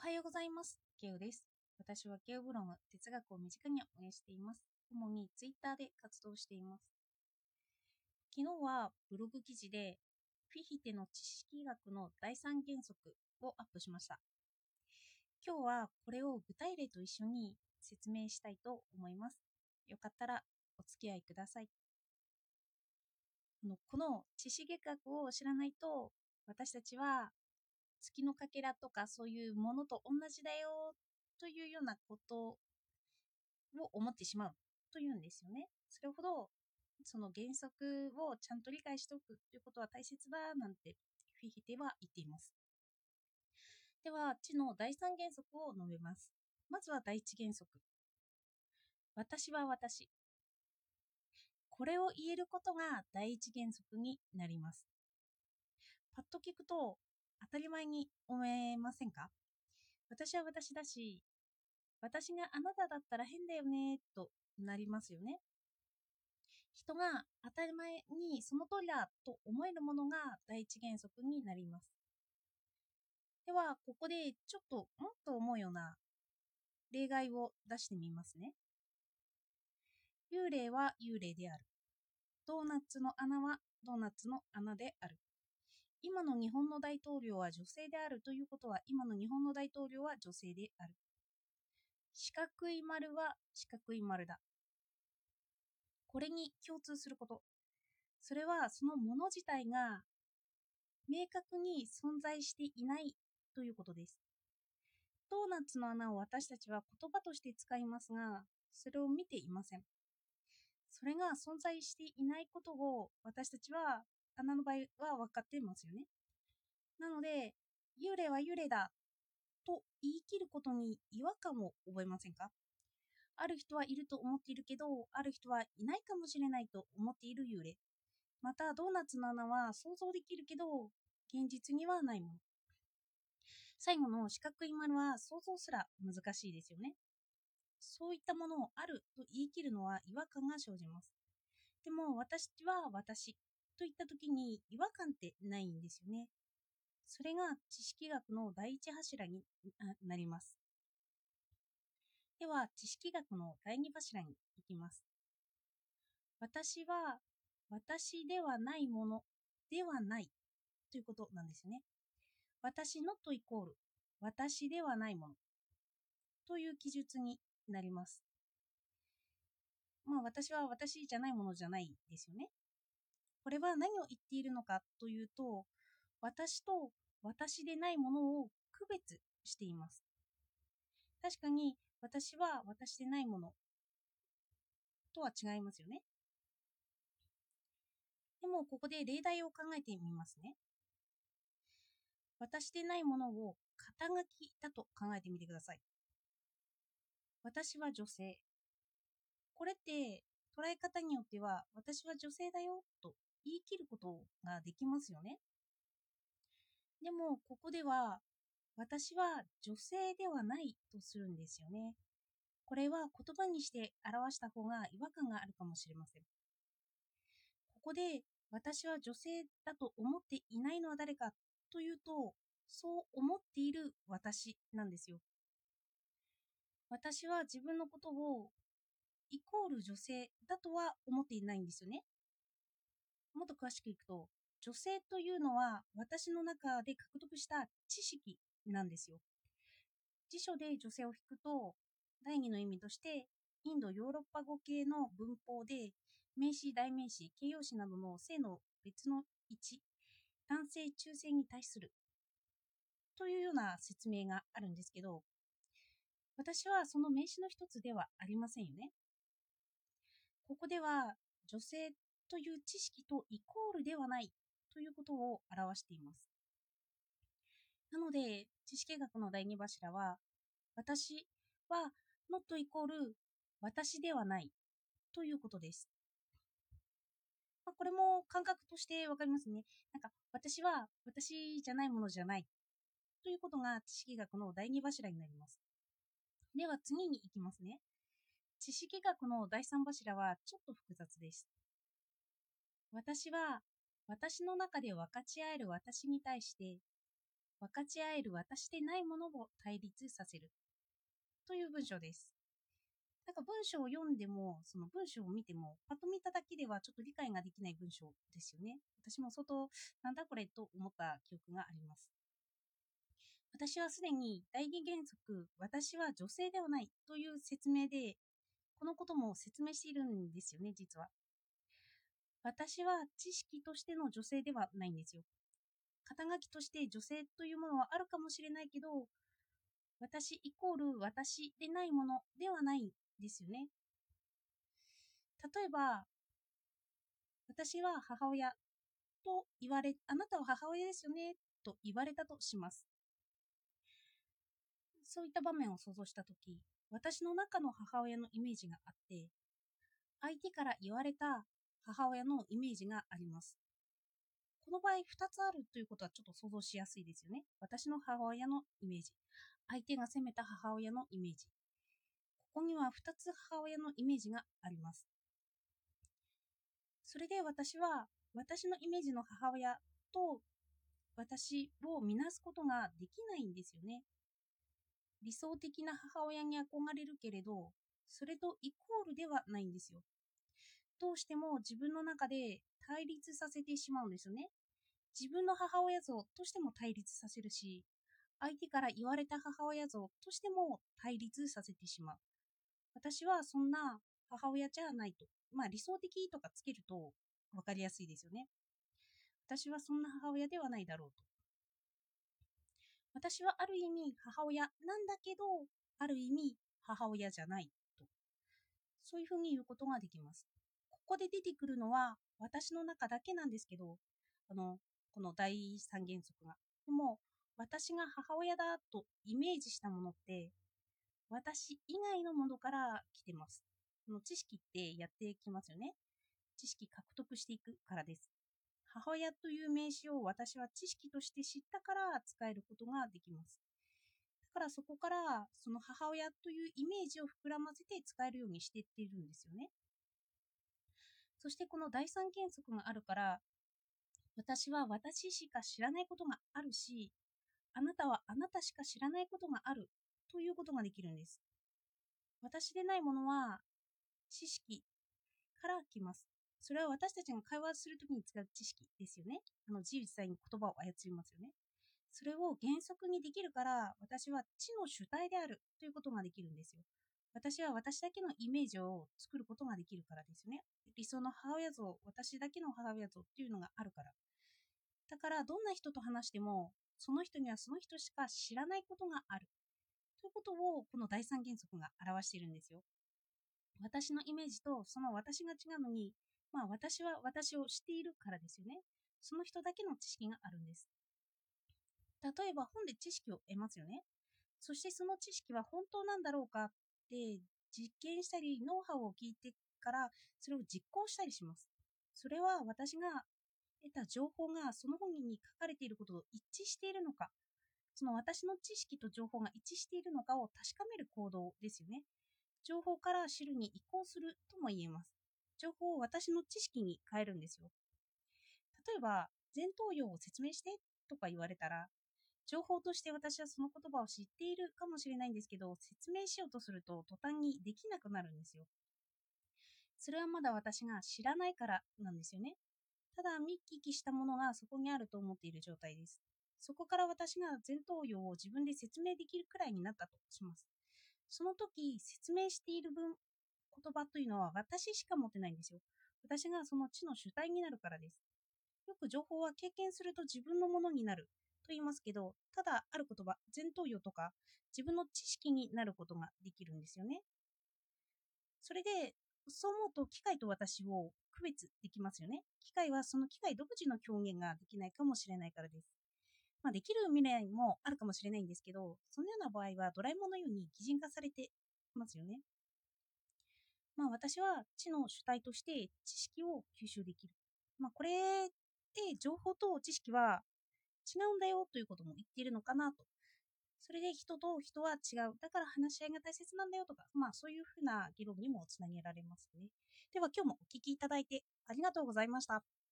はようございます。ケウです。私はケウブログ、哲学を身近に応援しています。主にツイッターで活動しています。昨日はブログ記事で、フィヒテの知識学の第三原則をアップしました。今日はこれを具体例と一緒に説明したいと思います。よかったらお付き合いください。この知識学を知らないと、私たちは月のかけらとかそういうものと同じだよというようなことを思ってしまうというんですよね。それほどその原則をちゃんと理解しておくということは大切だなんてフィヒテは言っています。では、知の第三原則を述べます。まずは第一原則。私は私。これを言えることが第一原則になります。パッと聞くと当たり前に思えませんか？私は私だし、私があなただったら変だよねとなりますよね。人が当たり前にその通りだと思えるものが第一原則になります。では、ここでちょっともっと思うような例外を出してみますね。幽霊は幽霊である。ドーナツの穴はドーナツの穴である。今の日本の大統領は女性であるということは、今の日本の大統領は女性である。四角い丸は四角い丸だ。これに共通すること。それはそのもの自体が明確に存在していないということです。ドーナツの穴を私たちは言葉として使いますが、それを見ていません。それが存在していないことを私たちは穴の場合は分かっていますよね。なので、幽霊は幽霊だと言い切ることに違和感を覚えませんか？ある人はいると思っているけど、ある人はいないかもしれないと思っている幽霊。また、ドーナツの穴は想像できるけど、現実にはないもの。最後の四角い丸は想像すら難しいですよね。そういったものをあると言い切るのは違和感が生じます。でも私は私といった時に違和感ってないんですよね。それが知識学の第一柱になります。では知識学の第二柱に行きます。私は私ではないものではないということなんですよね。私のとイコール私ではないものという記述になります。私は私じゃないものじゃないですよね。これは何を言っているのかというと、私と私でないものを区別しています。確かに私は私でないものとは違いますよね。でもここで例題を考えてみますね。私でないものを肩書きだと考えてみてください。私は女性。これって捉え方によっては私は女性だよと言い切ることができますよね。でもここでは私は女性ではないとするんですよね。これは言葉にして表した方が違和感があるかもしれません。ここで私は女性だと思っていないのは誰かというと、そう思っている私なんですよ。私は自分のことをイコール女性だとは思っていないんですよね。もっと詳しくいくと、女性というのは私の中で獲得した知識なんですよ。辞書で女性を引くと、第二の意味として、インド・ヨーロッパ語系の文法で、名詞、代名詞、形容詞などの性の別の位置、男性、中性に対するというような説明があるんですけど、私はその名詞の一つではありませんよね。ここでは女性という知識とイコールではないということを表しています。なので、知識学の第二柱は、私は not イコール私ではないということです。これも感覚としてわかりますね。私は私じゃないものじゃないということが知識学の第二柱になります。では次に行きますね。知識学の第三柱はちょっと複雑です。私は私の中で分かち合える私に対して分かち合える私でないものを対立させるという文章です。なんか文章を読んでも、その文章を見ても、パッと見ただけではちょっと理解ができない文章ですよね。私も相当、なんだこれと思った記憶があります。私はすでに大義原則、私は女性ではないという説明で、このことも説明しているんですよね、実は。私は知識としての女性ではないんですよ。肩書きとして女性というものはあるかもしれないけど、私イコール私でないものではないんですよね。例えば、私は母親と言われ、あなたは母親ですよねと言われたとします。そういった場面を想像したとき、私の中の母親のイメージがあって、相手から言われた母親のイメージがあります。この場合、2つあるということはちょっと想像しやすいですよね。私の母親のイメージ、相手が責めた母親のイメージ。ここには2つ母親のイメージがあります。それで私は、私のイメージの母親と私を見なすことができないんですよね。理想的な母親に憧れるけれど、それとイコールではないんですよ。どうしても自分の中で対立させてしまうんですよね。自分の母親像としても対立させるし、相手から言われた母親像としても対立させてしまう。私はそんな母親じゃないと。まあ理想的とかつけると分かりやすいですよね。私はそんな母親ではないだろうと。私はある意味母親なんだけど、ある意味母親じゃないと。そういうふうに言うことができます。ここで出てくるのは私の中だけなんですけど、この第三原則が。でも、私が母親だとイメージしたものって、私以外のものから来てます。この知識ってやってきますよね。知識獲得していくからです。母親という名詞を私は知識として知ったから使えることができます。だからそこからその母親というイメージを膨らませて使えるようにしていっているんですよね。そしてこの第三原則があるから、私は私しか知らないことがあるし、あなたはあなたしか知らないことがあるということができるんです。私でないものは知識から来ます。それは私たちが会話するときに使う知識ですよね。自由自在に言葉を操りますよね。それを原則にできるから、私は知の主体であるということができるんですよ。私は私だけのイメージを作ることができるからですよね。理想の母親像、私だけの母親像っていうのがあるから。だから、どんな人と話しても、その人にはその人しか知らないことがある。ということを、この第三原則が表しているんですよ。私のイメージとその私が違うのに、まあ私は私を知っているからですよね。その人だけの知識があるんです。例えば本で知識を得ますよね。そしてその知識は本当なんだろうかって実験したり、ノウハウを聞いてからそれを実行したりします。それは私が得た情報がその本に書かれていることと一致しているのか、その私の知識と情報が一致しているのかを確かめる行動ですよね。情報から知るに移行するとも言えます。情報を私の知識に変えるんですよ。例えば、前頭葉を説明してとか言われたら、情報として私はその言葉を知っているかもしれないんですけど、説明しようとすると途端にできなくなるんですよ。それはまだ私が知らないからなんですよね。ただ見聞きしたものがそこにあると思っている状態です。そこから私が前頭葉を自分で説明できるくらいになったとします。その時、説明している言葉というのは私しか持ってないんですよ。私がその知の主体になるからです。よく情報は経験すると自分のものになると言いますけど、ただある言葉、前頭葉とか自分の知識になることができるんですよね。それで、そう思うと機械と私を区別できますよね。機械はその機械独自の表現ができないかもしれないからです。まあ、できる未来もあるかもしれないんですけど、そのような場合はドラえもんのように擬人化されてますよね。まあ、私は知の主体として知識を吸収できる。まあ、これで情報と知識は違うんだよということも言っているのかなと。それで人と人は違う。だから話し合いが大切なんだよとか、まあそういうふうな議論にもつなげられますね。では今日もお聞きいただいてありがとうございました。